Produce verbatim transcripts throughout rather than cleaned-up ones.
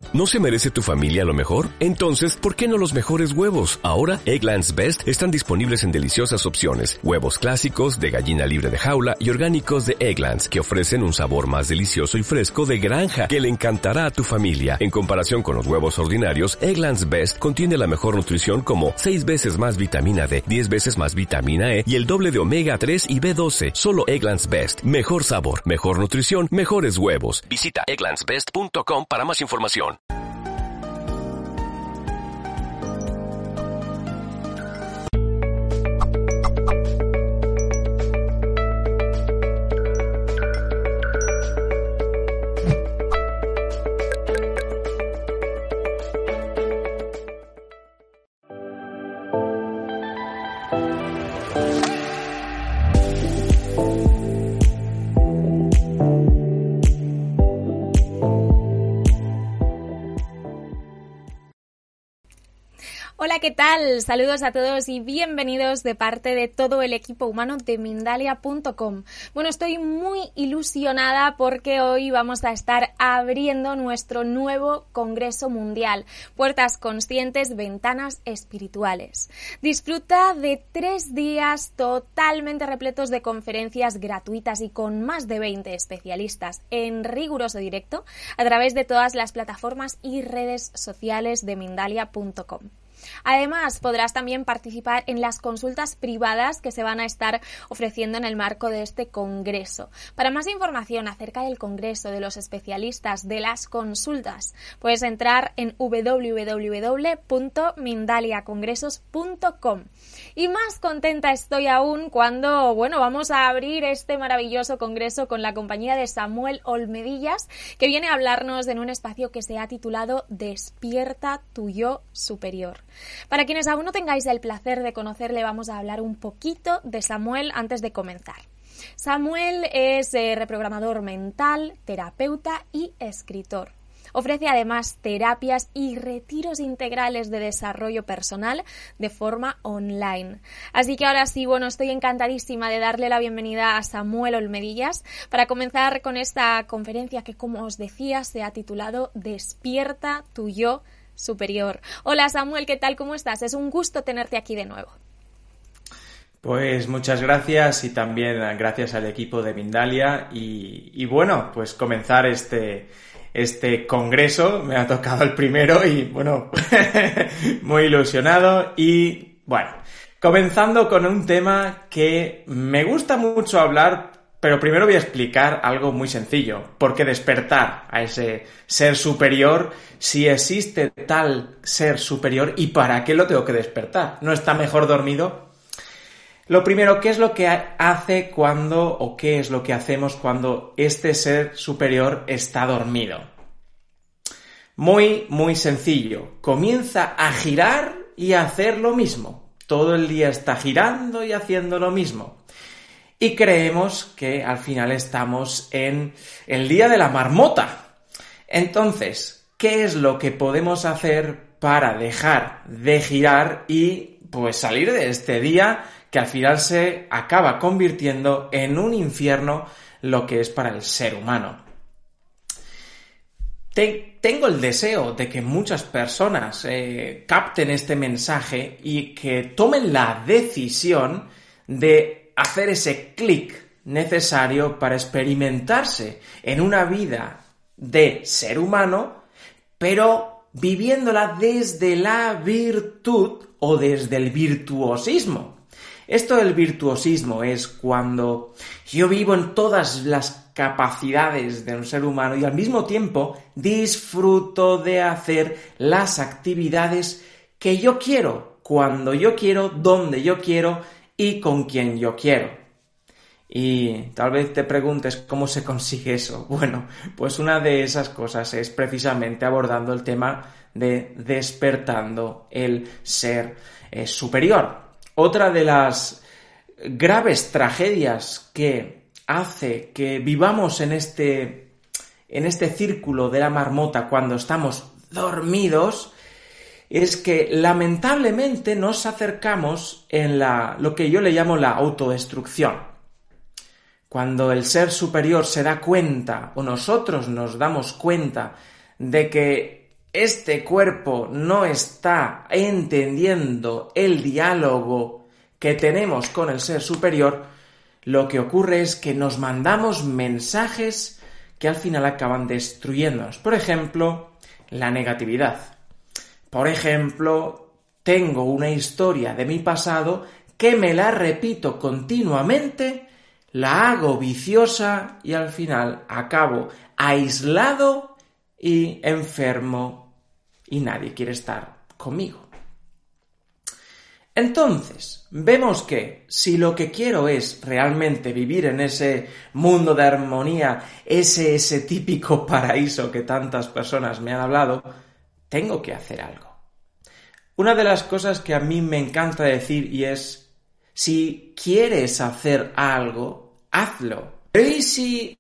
¿No se merece tu familia lo mejor? Entonces, ¿por qué no los mejores huevos? Ahora, Eggland's Best están disponibles en deliciosas opciones. Huevos clásicos, de gallina libre de jaula y orgánicos de Eggland's, que ofrecen un sabor más delicioso y fresco de granja que le encantará a tu familia. En comparación con los huevos ordinarios, Eggland's Best contiene la mejor nutrición como seis veces más vitamina D, diez veces más vitamina E y el doble de omega tres y B doce. Solo Eggland's Best. Mejor sabor, mejor nutrición, mejores huevos. Visita egglands best punto com para más información. Hola, ¿qué tal? Saludos a todos y bienvenidos de parte de todo el equipo humano de Mindalia punto com. Bueno, estoy muy ilusionada porque hoy vamos a estar abriendo nuestro nuevo Congreso Mundial, Puertas Conscientes, Ventanas Espirituales. Disfruta de tres días totalmente repletos de conferencias gratuitas y con más de veinte especialistas en riguroso directo a través de todas las plataformas y redes sociales de Mindalia punto com. Además, podrás también participar en las consultas privadas que se van a estar ofreciendo en el marco de este congreso. Para más información acerca del congreso, de los especialistas, de las consultas, puedes entrar en doble u doble u doble u punto mindalia congresos punto com. Y más contenta estoy aún cuando, bueno, vamos a abrir este maravilloso congreso con la compañía de Samuel Olmedillas, que viene a hablarnos en un espacio que se ha titulado Despierta tu yo superior. Para quienes aún no tengáis el placer de conocerle, vamos a hablar un poquito de Samuel antes de comenzar. Samuel es eh, reprogramador mental, terapeuta y escritor. Ofrece además terapias y retiros integrales de desarrollo personal de forma online. Así que ahora sí, bueno, estoy encantadísima de darle la bienvenida a Samuel Olmedillas para comenzar con esta conferencia que, como os decía, se ha titulado Despierta tu yo superior. Hola Samuel, ¿qué tal? ¿Cómo estás? Es un gusto tenerte aquí de nuevo. Pues muchas gracias y también gracias al equipo de Mindalia y, y bueno, pues comenzar este, este congreso. Me ha tocado el primero y bueno, muy ilusionado y bueno, comenzando con un tema que me gusta mucho hablar. Pero primero voy a explicar algo muy sencillo. ¿Por qué despertar a ese ser superior si existe tal ser superior y para qué lo tengo que despertar? ¿No está mejor dormido? Lo primero, ¿qué es lo que hace cuando o qué es lo que hacemos cuando este ser superior está dormido? Muy, muy sencillo. Comienza a girar y a hacer lo mismo. Todo el día está girando y haciendo lo mismo. Y creemos que al final estamos en el día de la marmota. Entonces, ¿qué es lo que podemos hacer para dejar de girar y pues salir de este día que al final se acaba convirtiendo en un infierno lo que es para el ser humano? Te, tengo el deseo de que muchas personas eh, capten este mensaje y que tomen la decisión de hacer ese clic necesario para experimentarse en una vida de ser humano, pero viviéndola desde la virtud o desde el virtuosismo. Esto del virtuosismo es cuando yo vivo en todas las capacidades de un ser humano y al mismo tiempo disfruto de hacer las actividades que yo quiero, cuando yo quiero, donde yo quiero y con quien yo quiero. Y tal vez te preguntes cómo se consigue eso. Bueno, pues una de esas cosas es precisamente abordando el tema de despertando el ser eh, superior. Otra de las graves tragedias que hace que vivamos en este, en este círculo de la marmota cuando estamos dormidos es que lamentablemente nos acercamos en la, lo que yo le llamo la autodestrucción. Cuando el ser superior se da cuenta, o nosotros nos damos cuenta de que este cuerpo no está entendiendo el diálogo que tenemos con el ser superior, lo que ocurre es que nos mandamos mensajes que al final acaban destruyéndonos. Por ejemplo, la negatividad. Por ejemplo, tengo una historia de mi pasado que me la repito continuamente, la hago viciosa y al final acabo aislado y enfermo y nadie quiere estar conmigo. Entonces, vemos que si lo que quiero es realmente vivir en ese mundo de armonía, ese, ese típico paraíso que tantas personas me han hablado, tengo que hacer algo. Una de las cosas que a mí me encanta decir y es, si quieres hacer algo, hazlo. Pero ¿y si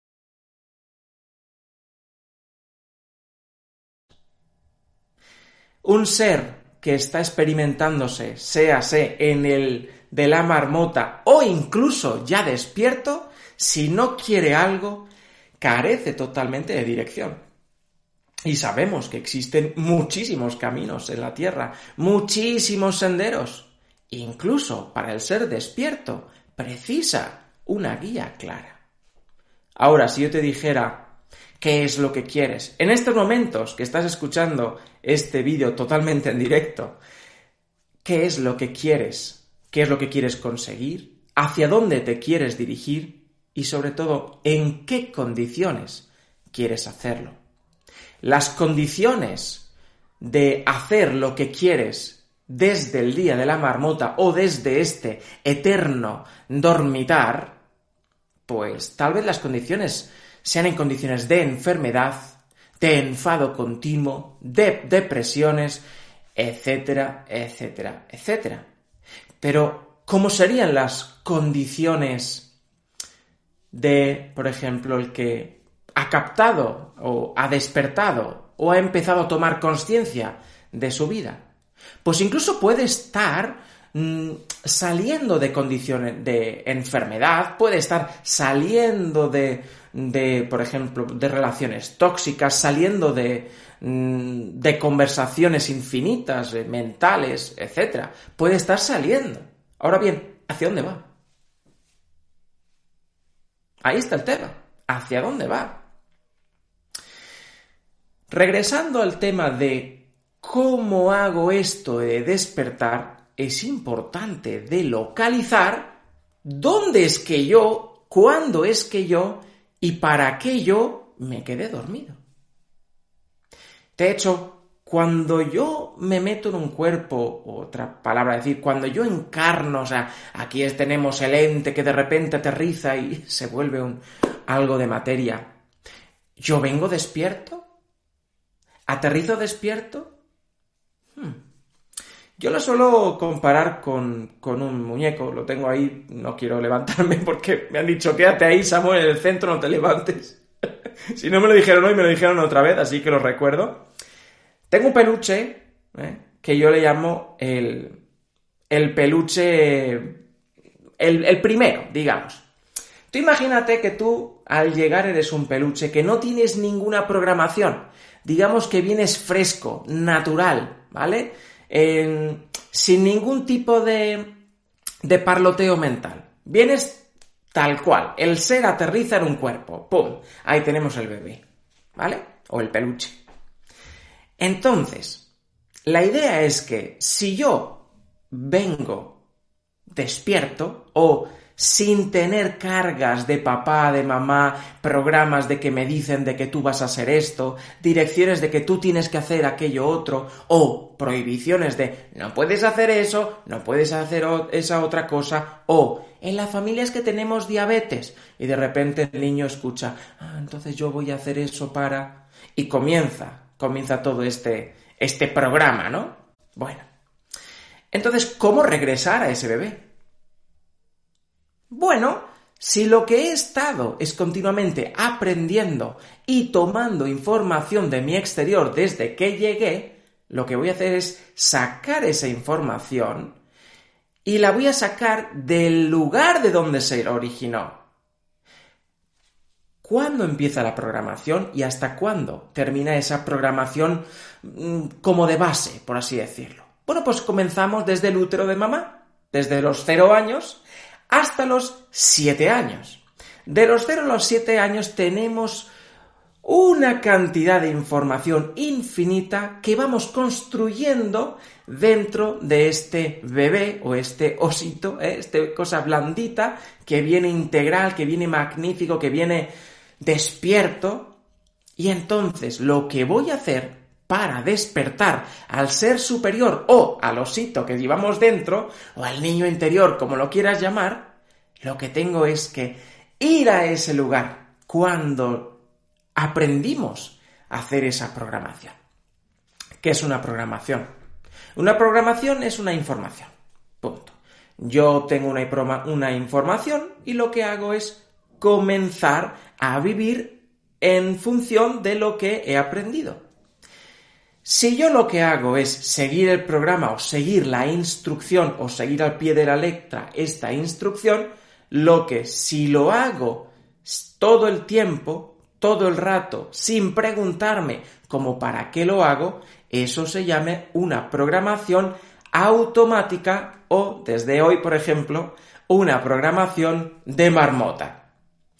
un ser que está experimentándose, séase en el de la marmota o incluso ya despierto, si no quiere algo, carece totalmente de dirección? Y sabemos que existen muchísimos caminos en la Tierra, muchísimos senderos. Incluso para el ser despierto, precisa una guía clara. Ahora, si yo te dijera, ¿qué es lo que quieres? En estos momentos que estás escuchando este vídeo totalmente en directo, ¿qué es lo que quieres? ¿Qué es lo que quieres conseguir? ¿Hacia dónde te quieres dirigir? Y sobre todo, ¿en qué condiciones quieres hacerlo? Las condiciones de hacer lo que quieres desde el día de la marmota o desde este eterno dormitar, pues tal vez las condiciones sean en condiciones de enfermedad, de enfado continuo, de depresiones, etcétera, etcétera, etcétera. Pero, ¿cómo serían las condiciones de, por ejemplo, el que ha captado o ha despertado o ha empezado a tomar conciencia de su vida? Pues incluso puede estar mmm, saliendo de condiciones de enfermedad, puede estar saliendo de, de, por ejemplo, de relaciones tóxicas, saliendo de, mmm, de conversaciones infinitas, eh, mentales, etcétera. Puede estar saliendo. Ahora bien, ¿hacia dónde va? Ahí está el tema. ¿Hacia dónde va? Regresando al tema de cómo hago esto de despertar, es importante de localizar dónde es que yo, cuándo es que yo y para qué yo me quedé dormido. De hecho, cuando yo me meto en un cuerpo, otra palabra decir, cuando yo encarno, o sea, aquí tenemos el ente que de repente aterriza y se vuelve un, algo de materia, ¿yo vengo despierto? ¿Aterrizo despierto? Hmm. Yo lo suelo comparar con, con un muñeco, lo tengo ahí, no quiero levantarme porque me han dicho, quédate ahí, Samuel, en el centro, no te levantes. Si no me lo dijeron hoy, me lo dijeron otra vez, así que lo recuerdo. Tengo un peluche, ¿eh? que yo le llamo el, el peluche, el, el primero, digamos. Tú imagínate que tú, al llegar, eres un peluche que no tienes ninguna programación. Digamos que vienes fresco, natural, ¿vale? Eh, sin ningún tipo de, de parloteo mental. Vienes tal cual. El ser aterriza en un cuerpo. ¡Pum! Ahí tenemos el bebé, ¿vale? O el peluche. Entonces, la idea es que si yo vengo despierto o sin tener cargas de papá, de mamá, programas de que me dicen de que tú vas a hacer esto, direcciones de que tú tienes que hacer aquello otro, o prohibiciones de no puedes hacer eso, no puedes hacer esa otra cosa, o en la familia es que tenemos diabetes, y de repente el niño escucha, ah, entonces yo voy a hacer eso para... y comienza, comienza todo este, este programa, ¿no? Bueno, entonces, ¿cómo regresar a ese bebé? Bueno, si lo que he estado es continuamente aprendiendo y tomando información de mi exterior desde que llegué, lo que voy a hacer es sacar esa información y la voy a sacar del lugar de donde se originó. ¿Cuándo empieza la programación y hasta cuándo termina esa programación mmm, como de base, por así decirlo? Bueno, pues comenzamos desde el útero de mamá, desde los cero años hasta los siete años. De los cero a los siete años tenemos una cantidad de información infinita que vamos construyendo dentro de este bebé o este osito, ¿eh? Este cosa blandita que viene integral, que viene magnífico, que viene despierto. Y entonces lo que voy a hacer para despertar al ser superior o al osito que llevamos dentro o al niño interior, como lo quieras llamar, lo que tengo es que ir a ese lugar cuando aprendimos a hacer esa programación. ¿Qué es una programación? Una programación es una información. Punto. Yo tengo una, una información y lo que hago es comenzar a vivir en función de lo que he aprendido. Si yo lo que hago es seguir el programa o seguir la instrucción o seguir al pie de la letra esta instrucción, lo que si lo hago todo el tiempo, todo el rato, sin preguntarme como para qué lo hago, eso se llama una programación automática o, desde hoy, por ejemplo, una programación de marmota.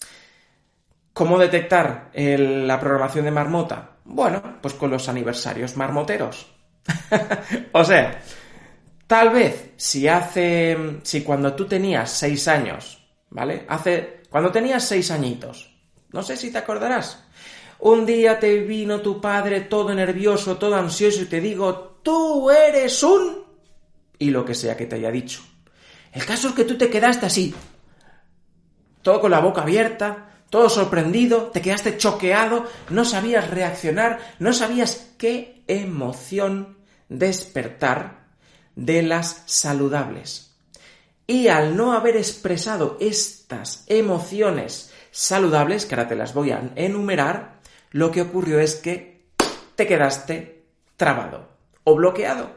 ¿Cómo detectar el, la programación de marmota? Bueno, pues con los aniversarios marmoteros. O sea, tal vez si hace, si cuando tú tenías seis años, ¿vale? Hace, cuando tenías seis añitos, no sé si te acordarás. Un día te vino tu padre todo nervioso, todo ansioso y te digo, tú eres un... y lo que sea que te haya dicho. El caso es que tú te quedaste así, todo con la boca abierta, todo sorprendido, te quedaste choqueado, no sabías reaccionar, no sabías qué emoción despertar de las saludables. Y al no haber expresado estas emociones saludables, que ahora te las voy a enumerar, lo que ocurrió es que te quedaste trabado o bloqueado.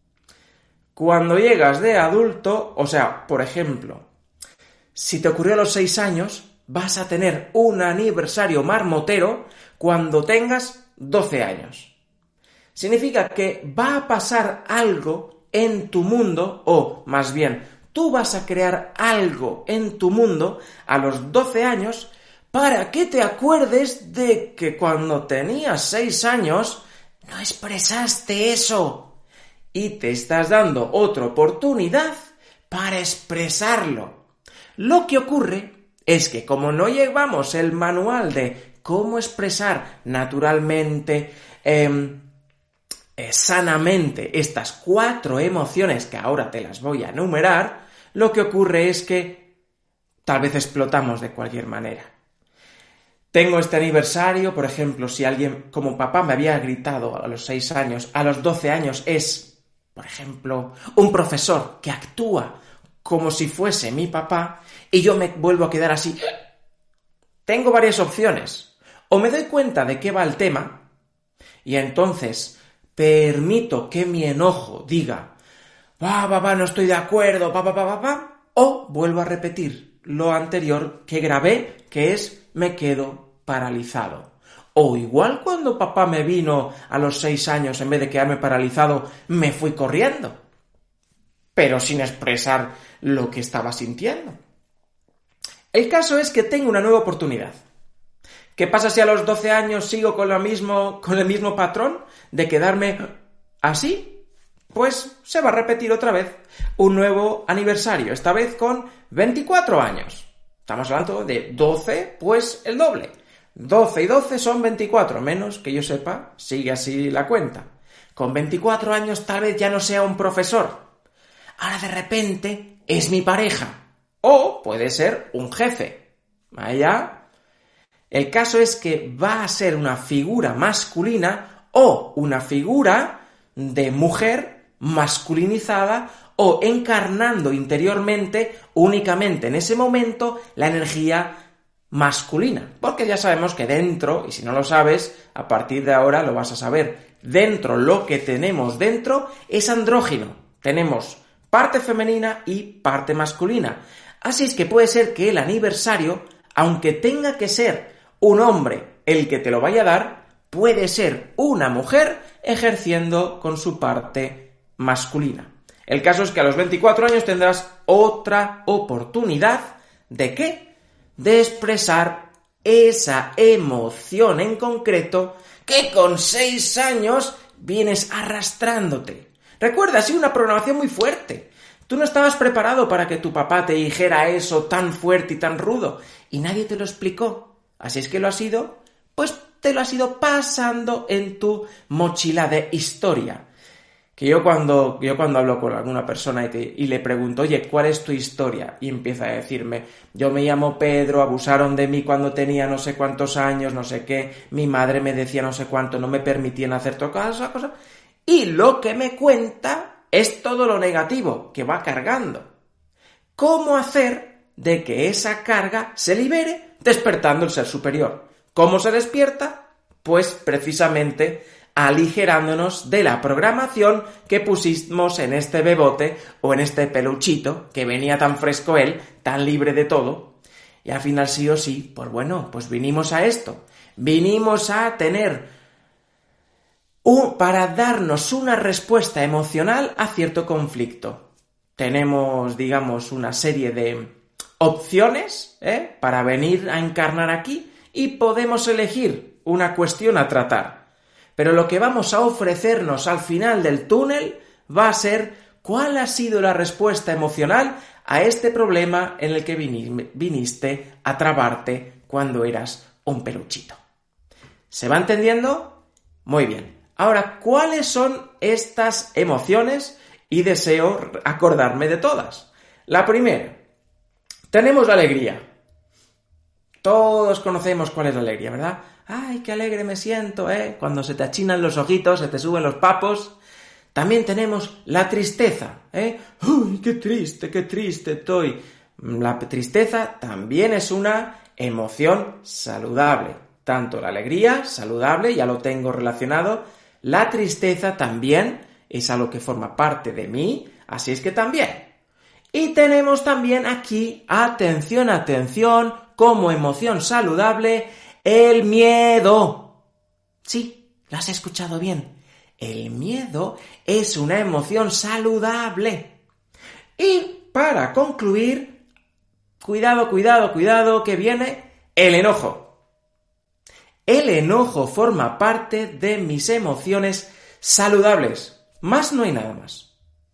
Cuando llegas de adulto, o sea, por ejemplo, si te ocurrió a los seis años, vas a tener un aniversario marmotero cuando tengas doce años. Significa que va a pasar algo en tu mundo, o más bien, tú vas a crear algo en tu mundo a los doce años para que te acuerdes de que cuando tenías seis años no expresaste eso y te estás dando otra oportunidad para expresarlo. Lo que ocurre es que como no llevamos el manual de cómo expresar naturalmente, eh, eh, sanamente estas cuatro emociones que ahora te las voy a enumerar, lo que ocurre es que tal vez explotamos de cualquier manera. Tengo este aniversario, por ejemplo, si alguien como papá me había gritado a los seis años, a los doce años es, por ejemplo, un profesor que actúa como si fuese mi papá y yo me vuelvo a quedar así. Tengo varias opciones. O me doy cuenta de qué va el tema y entonces permito que mi enojo diga, va, va, va, no estoy de acuerdo, pa, pa, pa, pa, pa, o vuelvo a repetir lo anterior que grabé, que es me quedo paralizado. O igual cuando papá me vino a los seis años, en vez de quedarme paralizado, me fui corriendo, pero sin expresar lo que estaba sintiendo. El caso es que tengo una nueva oportunidad. ¿Qué pasa si a los doce años sigo con lo mismo, con el mismo patrón de quedarme así? Pues se va a repetir otra vez un nuevo aniversario, esta vez con veinticuatro años. Estamos hablando de doce, pues el doble. doce y doce son veinticuatro, menos que yo sepa, sigue así la cuenta. Con veinticuatro años tal vez ya no sea un profesor. Ahora de repente es mi pareja. O puede ser un jefe. Allá. El caso es que va a ser una figura masculina o una figura de mujer masculinizada o encarnando interiormente únicamente en ese momento la energía masculina. Porque ya sabemos que dentro, y si no lo sabes, a partir de ahora lo vas a saber, dentro lo que tenemos dentro es andrógino. Tenemos parte femenina y parte masculina. Así es que puede ser que el aniversario, aunque tenga que ser un hombre el que te lo vaya a dar, puede ser una mujer ejerciendo con su parte masculina. El caso es que a los veinticuatro años tendrás otra oportunidad ¿de qué? De expresar esa emoción en concreto que con seis años vienes arrastrándote. Recuerda, ha sido una programación muy fuerte. Tú no estabas preparado para que tu papá te dijera eso tan fuerte y tan rudo, y nadie te lo explicó. Así es que lo has ido, pues te lo has ido pasando en tu mochila de historia. Que yo cuando, yo cuando hablo con alguna persona y, te, y le pregunto, oye, ¿cuál es tu historia? Y empieza a decirme, yo me llamo Pedro, abusaron de mí cuando tenía no sé cuántos años, no sé qué, mi madre me decía no sé cuánto, no me permitían hacer toda esa cosa. Y lo que me cuenta es todo lo negativo que va cargando. ¿Cómo hacer de que esa carga se libere despertando el ser superior? ¿Cómo se despierta? Pues precisamente aligerándonos de la programación que pusimos en este bebote o en este peluchito que venía tan fresco él, tan libre de todo. Y al final sí o sí, pues bueno, pues vinimos a esto. Vinimos a tener un, para darnos una respuesta emocional a cierto conflicto. Tenemos, digamos, una serie de opciones ¿eh? para venir a encarnar aquí y podemos elegir una cuestión a tratar. Pero lo que vamos a ofrecernos al final del túnel va a ser cuál ha sido la respuesta emocional a este problema en el que viniste a trabarte cuando eras un peluchito. ¿Se va entendiendo? Muy bien. Ahora, ¿cuáles son estas emociones? Y deseo acordarme de todas. La primera, tenemos la alegría. Todos conocemos cuál es la alegría, ¿verdad? ¡Ay, qué alegre me siento, eh! Cuando se te achinan los ojitos, se te suben los papos. También tenemos la tristeza, ¿eh? ¡Uy, qué triste, qué triste estoy! La tristeza también es una emoción saludable. Tanto la alegría, saludable, ya lo tengo relacionado. La tristeza también es algo que forma parte de mí, así es que también. Y tenemos también aquí, atención, atención, como emoción saludable, el miedo. Sí, lo has escuchado bien. El miedo es una emoción saludable. Y para concluir, cuidado, cuidado, cuidado, que viene el enojo. El enojo forma parte de mis emociones saludables. Más no hay nada más.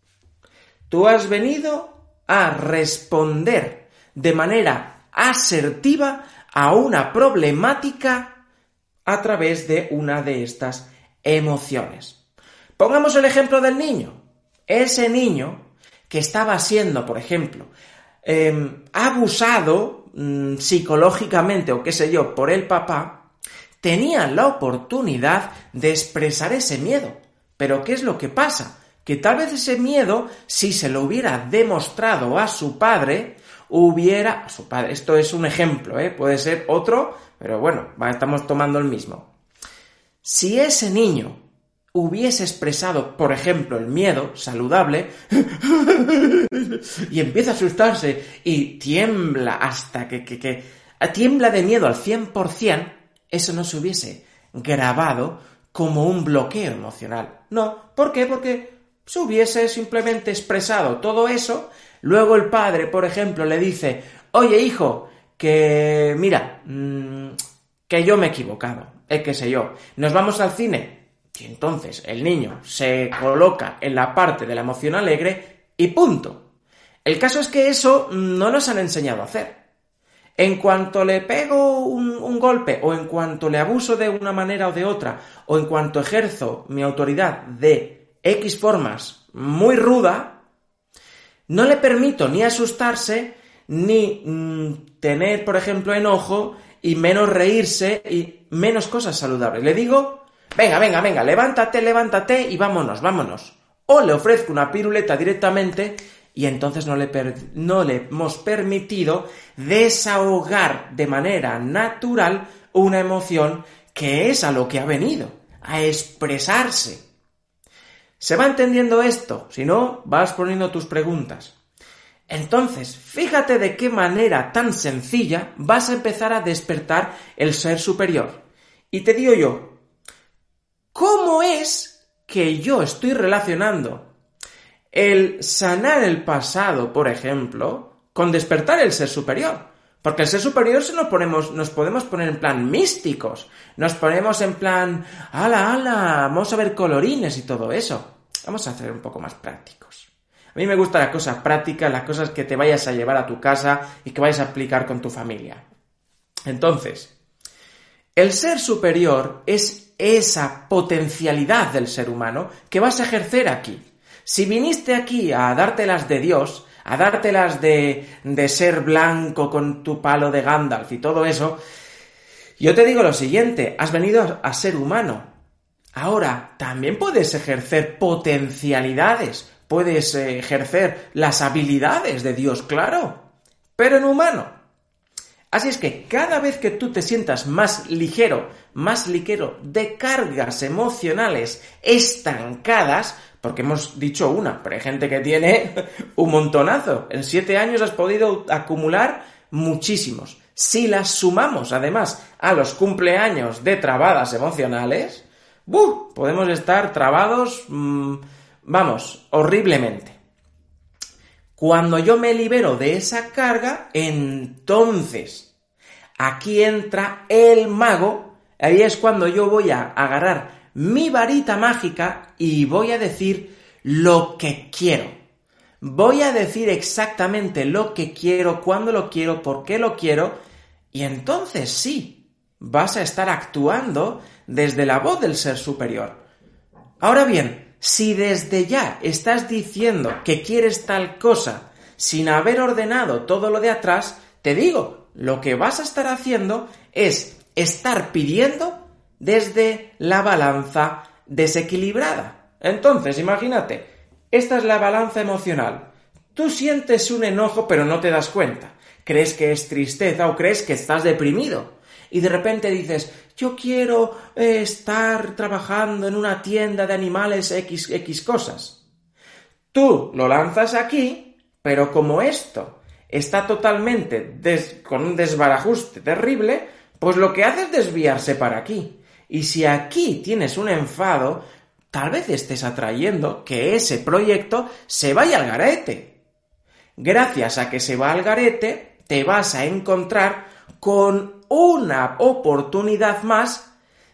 Tú has venido a responder de manera asertiva a una problemática a través de una de estas emociones. Pongamos el ejemplo del niño. Ese niño que estaba siendo, por ejemplo, eh, abusado mmm, psicológicamente o qué sé yo por el papá, tenía la oportunidad de expresar ese miedo. Pero ¿qué es lo que pasa? Que tal vez ese miedo, si se lo hubiera demostrado a su padre, hubiera... A su padre, esto es un ejemplo, ¿eh? Puede ser otro, pero bueno, estamos tomando el mismo. Si ese niño hubiese expresado, por ejemplo, el miedo saludable, y empieza a asustarse y tiembla hasta que, que, que... tiembla de miedo al cien por ciento, eso no se hubiese grabado como un bloqueo emocional. No, ¿por qué? Porque se hubiese simplemente expresado todo eso, luego el padre, por ejemplo, le dice, oye, hijo, que mira, mmm, que yo me he equivocado, eh, qué sé yo, nos vamos al cine, y entonces el niño se coloca en la parte de la emoción alegre y punto. El caso es que eso no nos han enseñado a hacer. En cuanto le pego un, un golpe, o en cuanto le abuso de una manera o de otra, o en cuanto ejerzo mi autoridad de X formas muy ruda, no le permito ni asustarse, ni mmm, tener, por ejemplo, enojo, y menos reírse, y menos cosas saludables. Le digo, venga, venga, venga, levántate, levántate, y vámonos, vámonos. O le ofrezco una piruleta directamente, y entonces no le, per- no le hemos permitido desahogar de manera natural una emoción que es a lo que ha venido, a expresarse. ¿Se va entendiendo esto? Si no, vas poniendo tus preguntas. Entonces, fíjate de qué manera tan sencilla vas a empezar a despertar el ser superior. Y te digo yo, ¿cómo es que yo estoy relacionando el sanar el pasado, por ejemplo, con despertar el ser superior? Porque el ser superior se nos ponemos, nos podemos poner en plan místicos, nos ponemos en plan, ala, ala, vamos a ver colorines y todo eso. Vamos a hacer un poco más prácticos. A mí me gustan las cosas prácticas, las cosas que te vayas a llevar a tu casa y que vayas a aplicar con tu familia. Entonces, el ser superior es esa potencialidad del ser humano que vas a ejercer aquí. Si viniste aquí a dártelas de Dios, a dártelas de, de ser blanco con tu palo de Gandalf y todo eso, yo te digo lo siguiente, has venido a ser humano. Ahora, también puedes ejercer potencialidades, puedes ejercer las habilidades de Dios, claro, pero en humano. Así es que cada vez que tú te sientas más ligero, más ligero de cargas emocionales estancadas, porque hemos dicho una, pero hay gente que tiene un montonazo. En siete años has podido acumular muchísimos. Si las sumamos, además, a los cumpleaños de trabadas emocionales, ¡buh! Podemos estar trabados, mmm, vamos, horriblemente. Cuando yo me libero de esa carga, entonces, aquí entra el mago, ahí es cuando yo voy a agarrar mi varita mágica y voy a decir lo que quiero. Voy a decir exactamente lo que quiero, cuándo lo quiero, por qué lo quiero, y entonces sí, vas a estar actuando desde la voz del ser superior. Ahora bien, si desde ya estás diciendo que quieres tal cosa sin haber ordenado todo lo de atrás, te digo, lo que vas a estar haciendo es estar pidiendo desde la balanza desequilibrada. Entonces, imagínate, esta es la balanza emocional. Tú sientes un enojo pero no te das cuenta. Crees que es tristeza o crees que estás deprimido. Y de repente dices, yo quiero eh, estar trabajando en una tienda de animales X, X cosas. Tú lo lanzas aquí, pero como esto está totalmente des- con un desbarajuste terrible, pues lo que hace es desviarse para aquí. Y si aquí tienes un enfado, tal vez estés atrayendo que ese proyecto se vaya al garete. Gracias a que se va al garete, te vas a encontrar con una oportunidad más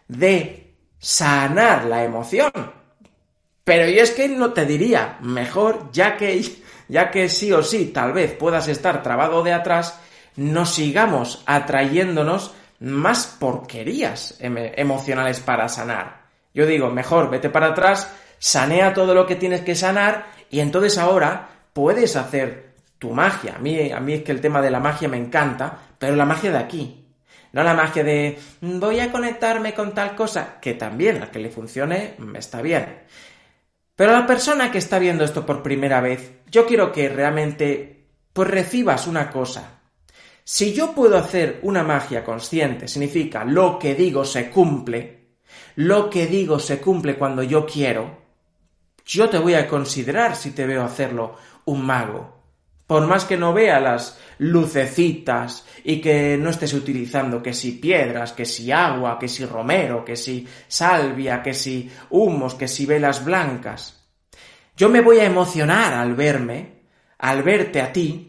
de sanar la emoción. Pero yo es que no te diría, mejor, ya que, ya que sí o sí tal vez puedas estar trabado de atrás, no sigamos atrayéndonos más porquerías em- emocionales para sanar. Yo digo, mejor vete para atrás, sanea todo lo que tienes que sanar y entonces ahora puedes hacer tu magia. A mí, a mí es que el tema de la magia me encanta, pero la magia de aquí. No la magia de voy a conectarme con tal cosa, que también a que le funcione está bien. Pero a la persona que está viendo esto por primera vez, yo quiero que realmente pues recibas una cosa. Si yo puedo hacer una magia consciente, significa lo que digo se cumple, lo que digo se cumple cuando yo quiero, yo te voy a considerar si te veo hacerlo un mago. Por más que no vea las lucecitas y que no estés utilizando que si piedras, que si agua, que si romero, que si salvia, que si humos, que si velas blancas. Yo me voy a emocionar al verme, al verte a ti,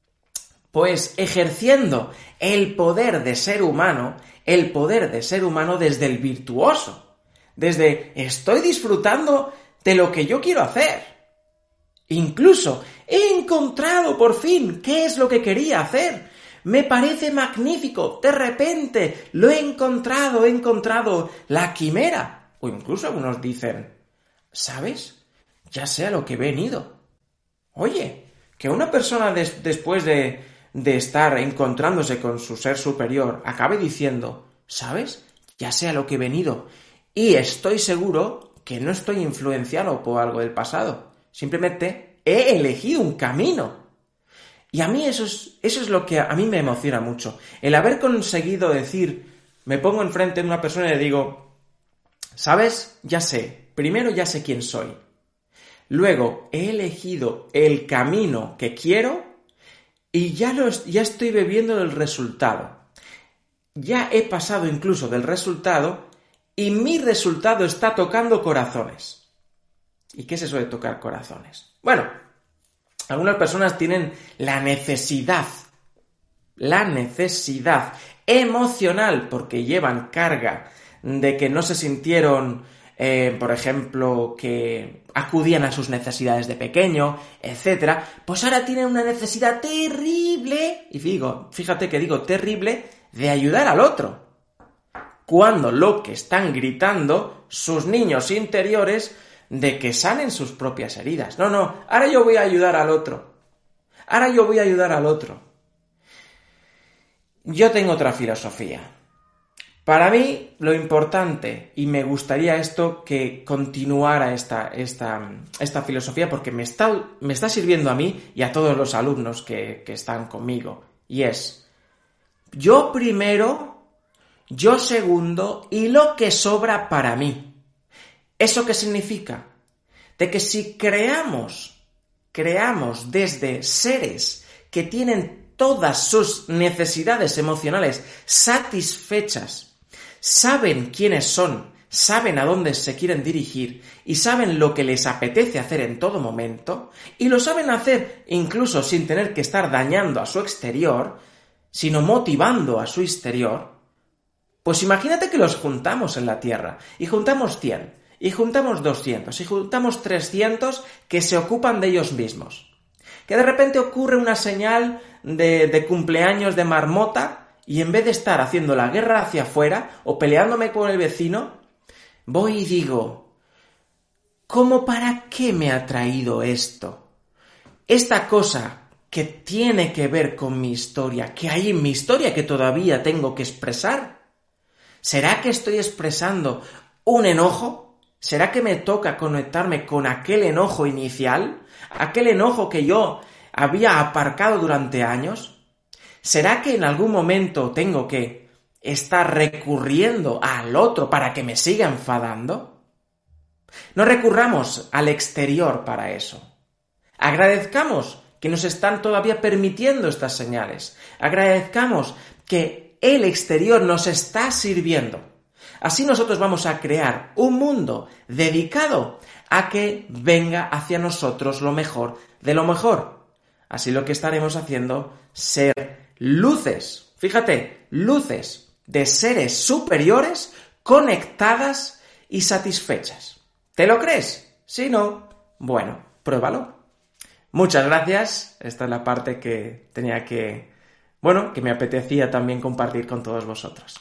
pues ejerciendo el poder de ser humano, el poder de ser humano desde el virtuoso, desde estoy disfrutando de lo que yo quiero hacer. Incluso he encontrado por fin qué es lo que quería hacer. Me parece magnífico, de repente lo he encontrado, he encontrado la quimera. O incluso algunos dicen, ¿sabes? Ya sé a lo que he venido. Oye, que una persona des- después de... de estar encontrándose con su ser superior, acabe diciendo, ¿sabes? Ya sé a lo que he venido. Y estoy seguro que no estoy influenciado por algo del pasado. Simplemente he elegido un camino. Y a mí eso es, eso es lo que a mí me emociona mucho. El haber conseguido decir, me pongo enfrente de una persona y le digo, ¿sabes? Ya sé. Primero ya sé quién soy. Luego he elegido el camino que quiero y ya, lo, ya estoy bebiendo del resultado. Ya he pasado incluso del resultado y mi resultado está tocando corazones. ¿Y qué es eso de tocar corazones? Bueno, algunas personas tienen la necesidad, la necesidad emocional, porque llevan carga de que no se sintieron, eh, por ejemplo, que acudían a sus necesidades de pequeño, etcétera, pues ahora tienen una necesidad terrible, y digo, fíjate que digo terrible, de ayudar al otro. Cuando lo que están gritando sus niños interiores de que sanen sus propias heridas. No, no, ahora yo voy a ayudar al otro. Ahora yo voy a ayudar al otro. Yo tengo otra filosofía. Para mí, lo importante, y me gustaría esto que continuara esta, esta, esta filosofía, porque me está, me está sirviendo a mí y a todos los alumnos que, que están conmigo, y es, yo primero, yo segundo, y lo que sobra para mí. ¿Eso qué significa? De que si creamos, creamos desde seres que tienen todas sus necesidades emocionales satisfechas, saben quiénes son, saben a dónde se quieren dirigir y saben lo que les apetece hacer en todo momento, y lo saben hacer incluso sin tener que estar dañando a su exterior, sino motivando a su exterior, pues imagínate que los juntamos en la Tierra, y juntamos cien, y juntamos doscientos, y juntamos trescientos que se ocupan de ellos mismos. Que de repente ocurre una señal de, de cumpleaños de marmota, y en vez de estar haciendo la guerra hacia afuera, o peleándome con el vecino, voy y digo, ¿cómo para qué me ha traído esto? Esta cosa que tiene que ver con mi historia, que hay en mi historia que todavía tengo que expresar. ¿Será que estoy expresando un enojo? ¿Será que me toca conectarme con aquel enojo inicial? ¿Aquel enojo que yo había aparcado durante años? ¿Será que en algún momento tengo que estar recurriendo al otro para que me siga enfadando? No recurramos al exterior para eso. Agradezcamos que nos están todavía permitiendo estas señales. Agradezcamos que el exterior nos está sirviendo. Así nosotros vamos a crear un mundo dedicado a que venga hacia nosotros lo mejor de lo mejor. Así lo que estaremos haciendo ser luces, fíjate, luces de seres superiores conectadas y satisfechas. ¿Te lo crees? Si no, bueno, pruébalo. Muchas gracias. Esta es la parte que tenía que, bueno, que me apetecía también compartir con todos vosotros.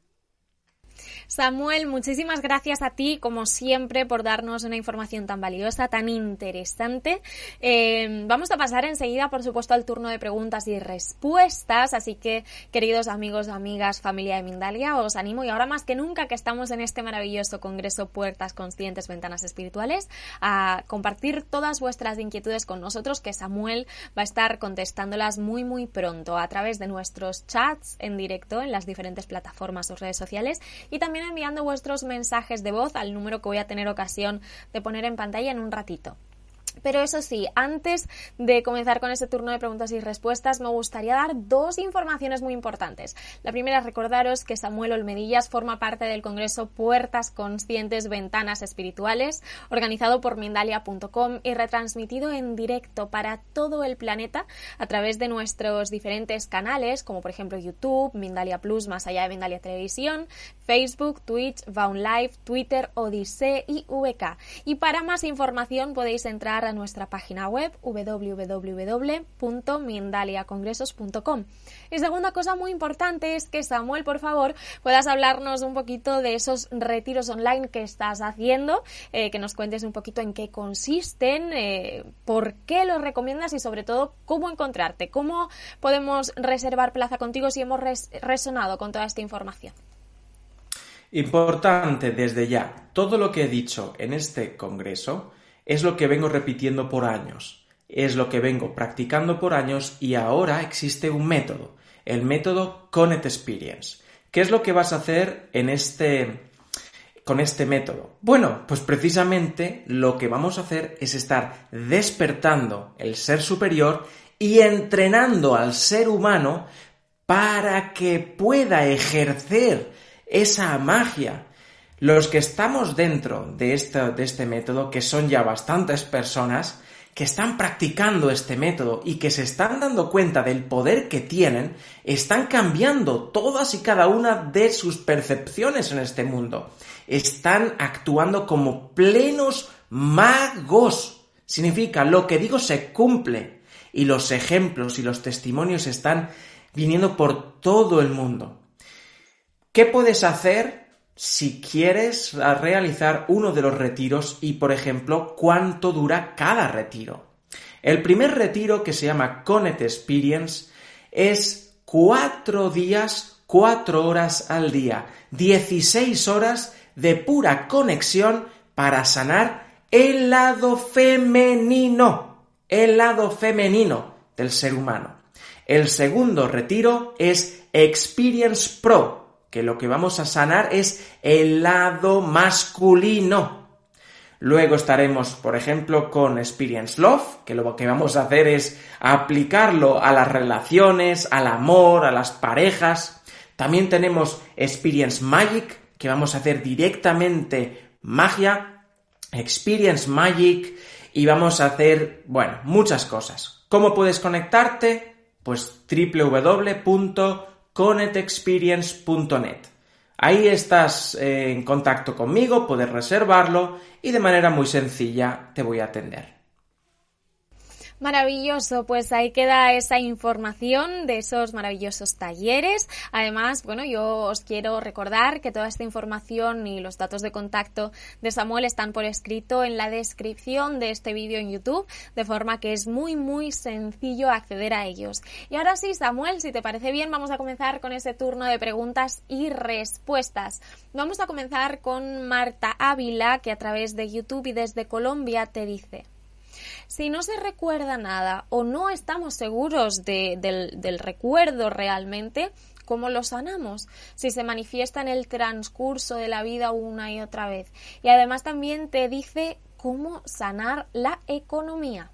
Samuel, muchísimas gracias a ti, como siempre, por darnos una información tan valiosa, tan interesante. Eh, vamos a pasar enseguida, por supuesto, al turno de preguntas y respuestas, así que, queridos amigos, amigas, familia de Mindalia, os animo, y ahora más que nunca que estamos en este maravilloso congreso Puertas Conscientes, Ventanas Espirituales, a compartir todas vuestras inquietudes con nosotros, que Samuel va a estar contestándolas muy, muy pronto a través de nuestros chats en directo en las diferentes plataformas o redes sociales, y también enviando vuestros mensajes de voz al número que voy a tener ocasión de poner en pantalla en un ratito. Pero eso sí, antes de comenzar con este turno de preguntas y respuestas, me gustaría dar dos informaciones muy importantes. La primera, recordaros que Samuel Olmedillas forma parte del Congreso Puertas Conscientes, Ventanas Espirituales, organizado por Mindalia punto com y retransmitido en directo para todo el planeta a través de nuestros diferentes canales, como por ejemplo YouTube, Mindalia Plus, más allá de Mindalia Televisión, Facebook, Twitch, Vaun Live, Twitter, Odisee y V K. Y para más información podéis entrar a nuestra página web doble u doble u doble u punto mindalia congresos punto com. Y segunda cosa muy importante es que, Samuel, por favor, puedas hablarnos un poquito de esos retiros online que estás haciendo, eh, que nos cuentes un poquito en qué consisten, eh, por qué los recomiendas y sobre todo cómo encontrarte, cómo podemos reservar plaza contigo si hemos res- resonado con toda esta información. Importante desde ya, todo lo que he dicho en este congreso es lo que vengo repitiendo por años, es lo que vengo practicando por años, y ahora existe un método, el método Connect Experience. ¿Qué es lo que vas a hacer en este, con este método? Bueno, pues precisamente lo que vamos a hacer es estar despertando el ser superior y entrenando al ser humano para que pueda ejercer esa magia. Los que estamos dentro de este, de este método, que son ya bastantes personas, que están practicando este método y que se están dando cuenta del poder que tienen, están cambiando todas y cada una de sus percepciones en este mundo. Están actuando como plenos magos. Significa, lo que digo se cumple. Y los ejemplos y los testimonios están viniendo por todo el mundo. ¿Qué puedes hacer si quieres realizar uno de los retiros y, por ejemplo, cuánto dura cada retiro? El primer retiro, que se llama Connect Experience, es cuatro días, cuatro horas al día, dieciséis horas de pura conexión para sanar el lado femenino, el lado femenino del ser humano. El segundo retiro es Experience Pro, que lo que vamos a sanar es el lado masculino. Luego estaremos, por ejemplo, con Experience Love, que lo que vamos a hacer es aplicarlo a las relaciones, al amor, a las parejas. También tenemos Experience Magic, que vamos a hacer directamente magia, Experience Magic, y vamos a hacer, bueno, muchas cosas. ¿Cómo puedes conectarte? Pues doble u doble u doble u punto connect experience punto net. Ahí estás eh, en contacto conmigo, puedes reservarlo y de manera muy sencilla te voy a atender. Maravilloso, pues ahí queda esa información de esos maravillosos talleres. Además, bueno, yo os quiero recordar que toda esta información y los datos de contacto de Samuel están por escrito en la descripción de este vídeo en YouTube, de forma que es muy, muy sencillo acceder a ellos. Y ahora sí, Samuel, si te parece bien, vamos a comenzar con ese turno de preguntas y respuestas. Vamos a comenzar con Marta Ávila, que a través de YouTube y desde Colombia te dice: si no se recuerda nada o no estamos seguros de, del, del recuerdo realmente, ¿cómo lo sanamos? Si se manifiesta en el transcurso de la vida una y otra vez. Y además también te dice cómo sanar la economía.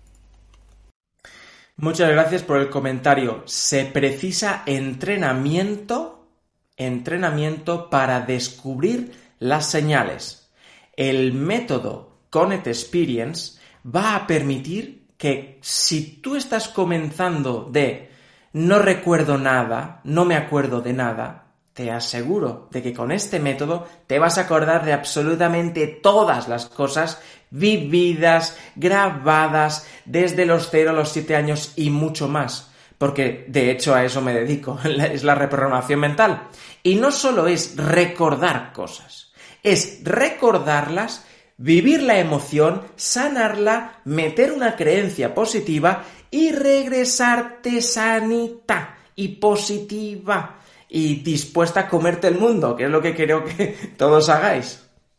Muchas gracias por el comentario. Se precisa entrenamiento, entrenamiento para descubrir las señales. El método Connect Experience va a permitir que si tú estás comenzando de no recuerdo nada, no me acuerdo de nada, te aseguro de que con este método te vas a acordar de absolutamente todas las cosas vividas, grabadas desde los cero a los siete años y mucho más. Porque de hecho a eso me dedico, es la reprogramación mental. Y no solo es recordar cosas, es recordarlas, vivir la emoción, sanarla, meter una creencia positiva y regresarte sanita y positiva y dispuesta a comerte el mundo, que es lo que creo que todos hagáis.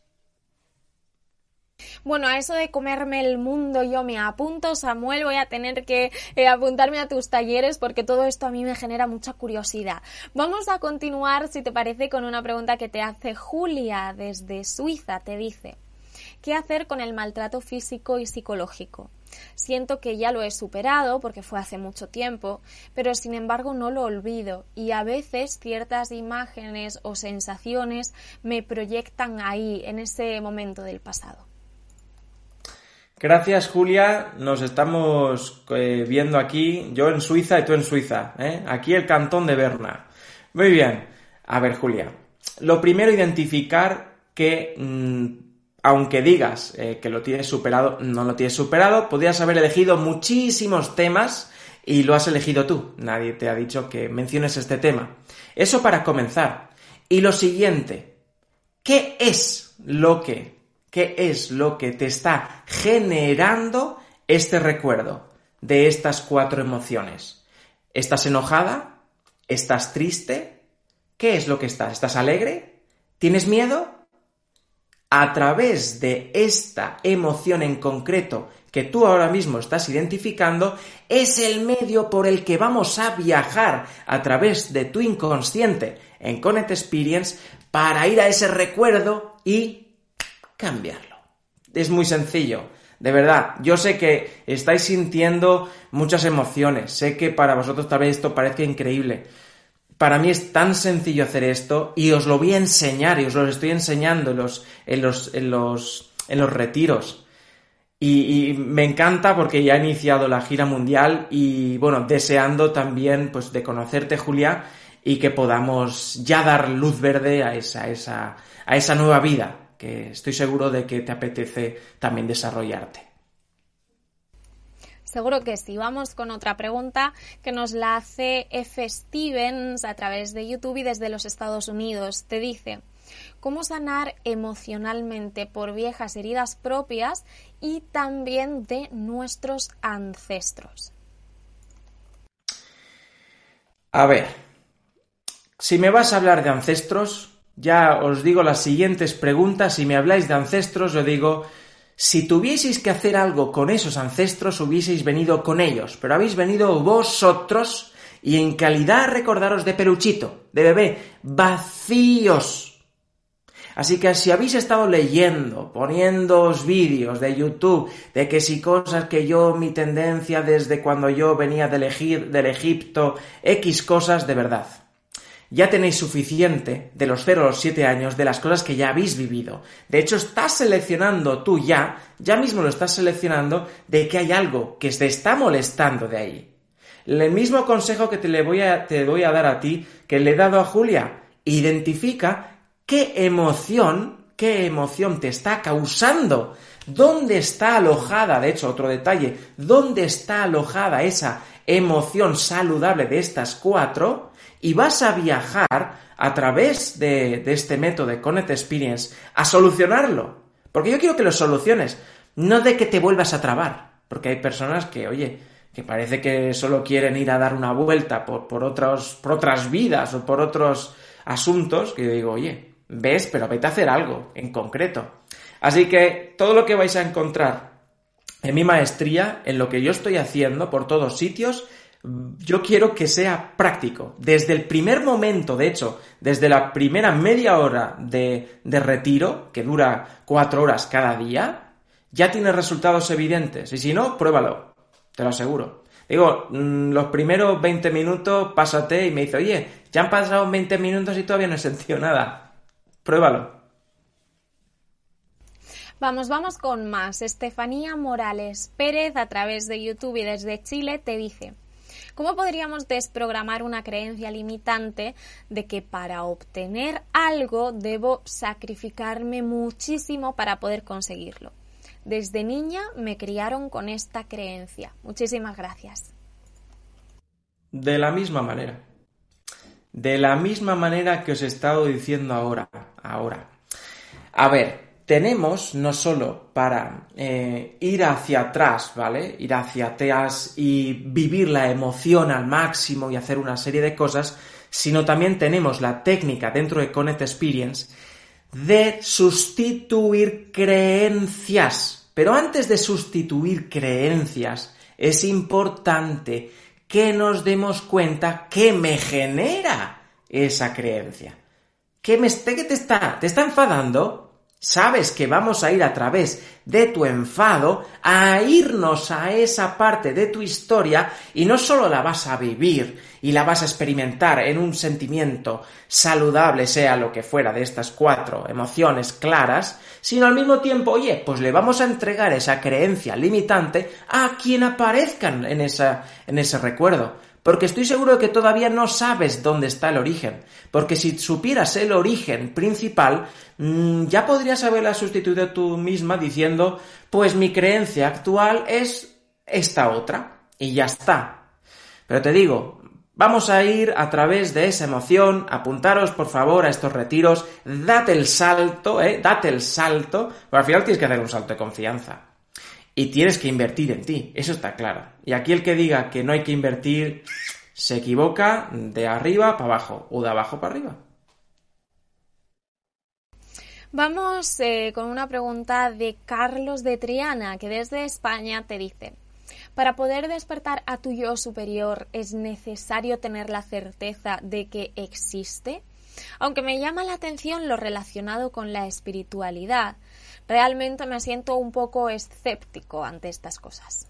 Bueno, a eso de comerme el mundo yo me apunto, Samuel, voy a tener que eh, apuntarme a tus talleres porque todo esto a mí me genera mucha curiosidad. Vamos a continuar, si te parece, con una pregunta que te hace Julia desde Suiza. Te dice: ¿qué hacer con el maltrato físico y psicológico? Siento que ya lo he superado porque fue hace mucho tiempo, pero sin embargo no lo olvido y a veces ciertas imágenes o sensaciones me proyectan ahí, en ese momento del pasado. Gracias, Julia. Nos estamos eh, viendo aquí, yo en Suiza y tú en Suiza, ¿eh? Aquí el cantón de Berna. Muy bien. A ver, Julia, lo primero, identificar que mmm, aunque digas eh, que lo tienes superado, no lo tienes superado. Podrías haber elegido muchísimos temas y lo has elegido tú. Nadie te ha dicho que menciones este tema. Eso para comenzar. Y lo siguiente, ¿qué es lo que... ¿Qué es lo que te está generando este recuerdo de estas cuatro emociones? ¿Estás enojada? ¿Estás triste? ¿Qué es lo que estás? ¿Estás alegre? ¿Tienes miedo? A través de esta emoción en concreto que tú ahora mismo estás identificando, es el medio por el que vamos a viajar a través de tu inconsciente en Connect Experience para ir a ese recuerdo y cambiarlo. Es muy sencillo. De verdad, yo sé que estáis sintiendo muchas emociones, sé que para vosotros tal vez esto parezca increíble. Para mí es tan sencillo hacer esto y os lo voy a enseñar y os lo estoy enseñando en los, en los, en los, en los retiros. Y, y me encanta porque ya he iniciado la gira mundial y, bueno, deseando también, pues, de conocerte, Julia, y que podamos ya dar luz verde a esa, esa, a esa nueva vida que estoy seguro de que te apetece también desarrollarte. Seguro que sí. Vamos con otra pregunta que nos la hace F. Stevens a través de YouTube y desde los Estados Unidos. Te dice: ¿cómo sanar emocionalmente por viejas heridas propias y también de nuestros ancestros? A ver, si me vas a hablar de ancestros, ya os digo las siguientes preguntas. Si me habláis de ancestros, yo digo: si tuvieseis que hacer algo con esos ancestros, hubieseis venido con ellos, pero habéis venido vosotros y en calidad, recordaros, de peluchito, de bebé, vacíos. Así que si habéis estado leyendo, poniéndoos vídeos de YouTube, de que si cosas que yo, mi tendencia desde cuando yo venía del, Egip- del Egipto, X cosas, de verdad. Ya tenéis suficiente de los cero a los siete años de las cosas que ya habéis vivido. De hecho, estás seleccionando tú ya, ya mismo lo estás seleccionando de que hay algo que te está molestando de ahí. El mismo consejo que te, le voy a, te voy a dar a ti, que le he dado a Julia: identifica qué emoción, qué emoción te está causando, dónde está alojada, de hecho, otro detalle, dónde está alojada esa emoción saludable de estas cuatro, y vas a viajar a través de, de este método de Connect Experience a solucionarlo. Porque yo quiero que lo soluciones, no de que te vuelvas a trabar, porque hay personas que, oye, que parece que solo quieren ir a dar una vuelta por, por, otros, por otras vidas o por otros asuntos, que yo digo, oye, ves, pero vete a hacer algo en concreto. Así que todo lo que vais a encontrar en mi maestría, en lo que yo estoy haciendo por todos sitios, yo quiero que sea práctico. Desde el primer momento, de hecho, desde la primera media hora de, de retiro, que dura cuatro horas cada día, ya tienes resultados evidentes. Y si no, pruébalo, te lo aseguro. Digo, los primeros veinte minutos, pásate y me dice, oye, ya han pasado veinte minutos y todavía no he sentido nada. Pruébalo. Vamos, vamos con más. Estefanía Morales Pérez, a través de YouTube y desde Chile, te dice: ¿cómo podríamos desprogramar una creencia limitante de que para obtener algo debo sacrificarme muchísimo para poder conseguirlo? Desde niña me criaron con esta creencia. Muchísimas gracias. De la misma manera. De la misma manera que os he estado diciendo ahora. Ahora. A ver, tenemos no solo para eh, ir hacia atrás, ¿vale? Ir hacia atrás y vivir la emoción al máximo y hacer una serie de cosas, sino también tenemos la técnica dentro de Connect Experience de sustituir creencias. Pero antes de sustituir creencias, es importante que nos demos cuenta qué me genera esa creencia. ¿Qué, me, qué te está? ¿Te está enfadando? Sabes que vamos a ir a través de tu enfado a irnos a esa parte de tu historia y no solo la vas a vivir y la vas a experimentar en un sentimiento saludable, sea lo que fuera de estas cuatro emociones claras, sino al mismo tiempo, oye, pues le vamos a entregar esa creencia limitante a quien aparezcan en, esa, en ese recuerdo. Porque estoy seguro de que todavía no sabes dónde está el origen. Porque si supieras el origen principal, mmm, ya podrías haberla sustituido tú misma diciendo, pues mi creencia actual es esta otra. Y ya está. Pero te digo, vamos a ir a través de esa emoción. Apuntaros, por favor, a estos retiros. Date el salto, ¿eh? Date el salto. Pero al final tienes que hacer un salto de confianza. Y tienes que invertir en ti, eso está claro. Y aquí el que diga que no hay que invertir se equivoca de arriba para abajo o de abajo para arriba. Vamos eh, con una pregunta de Carlos de Triana, que desde España te dice: para poder despertar a tu yo superior, ¿es necesario tener la certeza de que existe? Aunque me llama la atención lo relacionado con la espiritualidad, realmente me siento un poco escéptico ante estas cosas.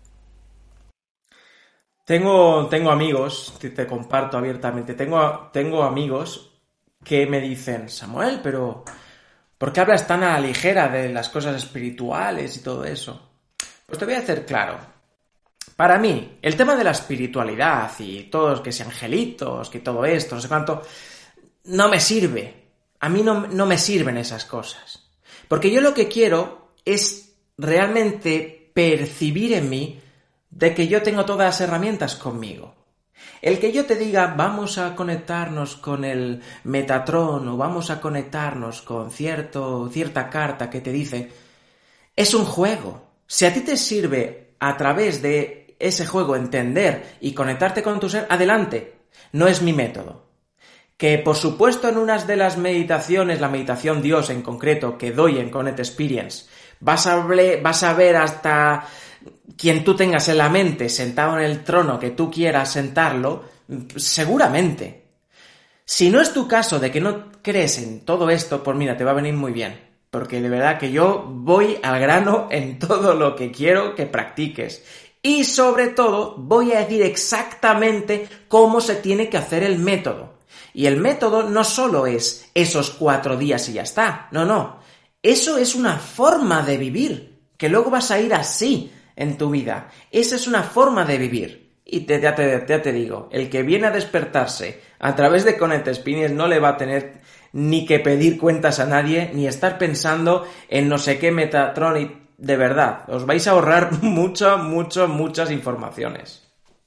Tengo, tengo amigos, te, te comparto abiertamente, tengo, tengo amigos que me dicen, Samuel, pero ¿por qué hablas tan a la ligera de las cosas espirituales y todo eso? Pues te voy a hacer claro. Para mí, el tema de la espiritualidad y todos que sean angelitos, que todo esto, no sé cuánto, no me sirve. A mí no, no me sirven esas cosas. Porque yo lo que quiero es realmente percibir en mí de que yo tengo todas las herramientas conmigo. El que yo te diga, vamos a conectarnos con el Metatron o vamos a conectarnos con cierto, cierta carta que te dice, es un juego. Si a ti te sirve a través de ese juego entender y conectarte con tu ser, adelante. No es mi método. Que por supuesto en unas de las meditaciones, la meditación Dios en concreto que doy en Connect Experience, vas a, ver, vas a ver hasta quien tú tengas en la mente sentado en el trono que tú quieras sentarlo, seguramente. Si no es tu caso de que no crees en todo esto, pues mira, te va a venir muy bien. Porque de verdad que yo voy al grano en todo lo que quiero que practiques. Y sobre todo voy a decir exactamente cómo se tiene que hacer el método. Y el método no solo es esos cuatro días y ya está. No, no. Eso es una forma de vivir. Que luego vas a ir así en tu vida. Esa es una forma de vivir. Y te, ya, te, ya te digo, el que viene a despertarse a través de Connect Experience no le va a tener ni que pedir cuentas a nadie, ni estar pensando en no sé qué Metatron y de verdad, os vais a ahorrar mucho, mucho, muchas informaciones.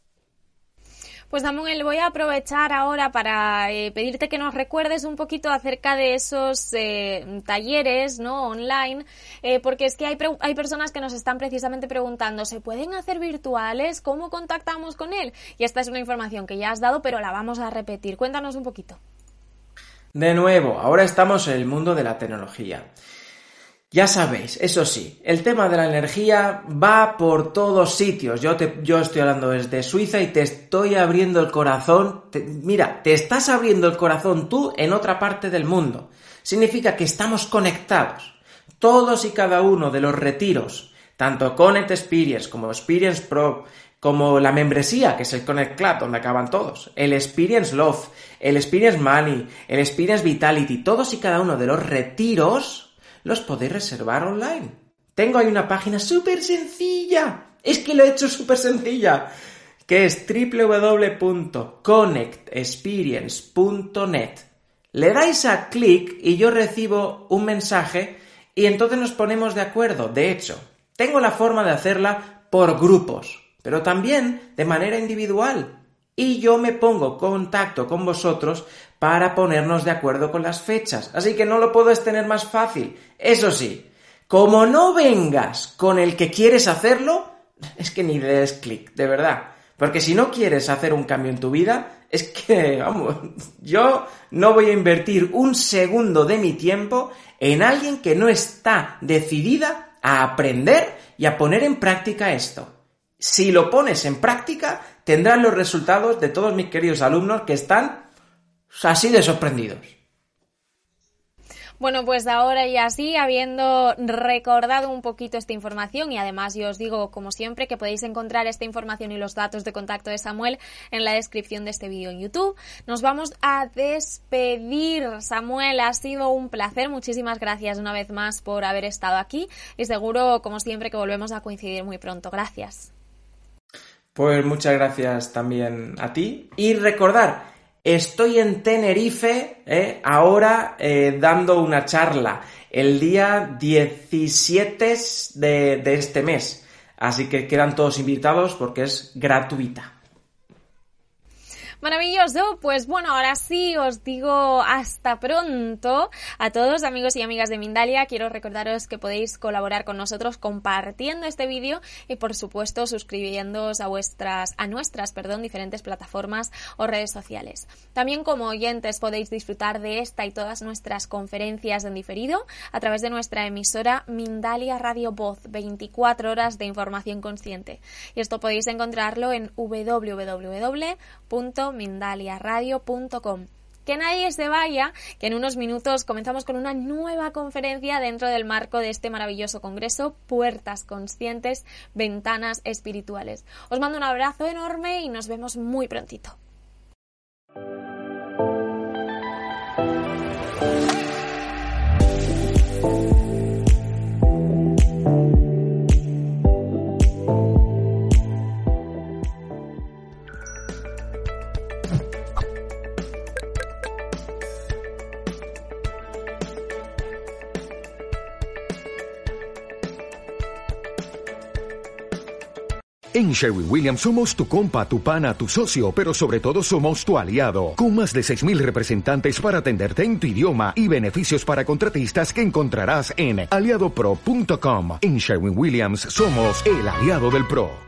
Pues Samuel, voy a aprovechar ahora para eh, pedirte que nos recuerdes un poquito acerca de esos eh, talleres, ¿no?, online, eh, porque es que hay, pre- hay personas que nos están precisamente preguntando, ¿se pueden hacer virtuales? ¿Cómo contactamos con él? Y esta es una información que ya has dado, pero la vamos a repetir. Cuéntanos un poquito. De nuevo, ahora estamos en el mundo de la tecnología. Ya sabéis, eso sí, el tema de la energía va por todos sitios. Yo, te, yo estoy hablando desde Suiza y te estoy abriendo el corazón. Te, mira, te estás abriendo el corazón tú en otra parte del mundo. Significa que estamos conectados. Todos y cada uno de los retiros, tanto Connect Experience como Experience Pro, como la membresía, que es el Connect Club, donde acaban todos, el Experience Love, el Experience Money, el Experience Vitality, todos y cada uno de los retiros los podéis reservar online. Tengo ahí una página súper sencilla. Es que lo he hecho súper sencilla. Que es doble u doble u doble u punto connect experience punto net. Le dais a clic y yo recibo un mensaje y entonces nos ponemos de acuerdo. De hecho, tengo la forma de hacerla por grupos, pero también de manera individual. Y yo me pongo en contacto con vosotros para ponernos de acuerdo con las fechas. Así que no lo puedes tener más fácil. Eso sí, como no vengas con el que quieres hacerlo, es que ni le des clic, de verdad. Porque si no quieres hacer un cambio en tu vida, es que, vamos, yo no voy a invertir un segundo de mi tiempo en alguien que no está decidida a aprender y a poner en práctica esto. Si lo pones en práctica, tendrás los resultados de todos mis queridos alumnos que están así de sorprendidos. Bueno, pues ahora y así, habiendo recordado un poquito esta información, y además yo os digo, como siempre, que podéis encontrar esta información y los datos de contacto de Samuel en la descripción de este vídeo en YouTube, nos vamos a despedir. Samuel, ha sido un placer, muchísimas gracias una vez más por haber estado aquí y seguro, como siempre, que volvemos a coincidir muy pronto. Gracias. Pues muchas gracias también a ti y recordar, estoy en Tenerife eh, ahora eh, dando una charla el día diecisiete de, de este mes, así que quedan todos invitados porque es gratuita. Maravilloso, pues bueno, ahora sí os digo hasta pronto a todos amigos y amigas de Mindalia. Quiero recordaros que podéis colaborar con nosotros compartiendo este vídeo y por supuesto suscribiéndoos a vuestras, a nuestras, perdón, diferentes plataformas o redes sociales. También como oyentes podéis disfrutar de esta y todas nuestras conferencias en diferido a través de nuestra emisora Mindalia Radio Voz, veinticuatro horas de información consciente. Y esto podéis encontrarlo en doble u doble u doble u punto mindalia radio punto com. Que nadie se vaya, que en unos minutos comenzamos con una nueva conferencia dentro del marco de este maravilloso congreso, Puertas Conscientes, Ventanas Espirituales. Os mando un abrazo enorme y nos vemos muy prontito. En Sherwin-Williams somos tu compa, tu pana, tu socio, pero sobre todo somos tu aliado, con más de seis mil representantes para atenderte en tu idioma y beneficios para contratistas que encontrarás en aliado pro punto com. En Sherwin-Williams somos el aliado del pro.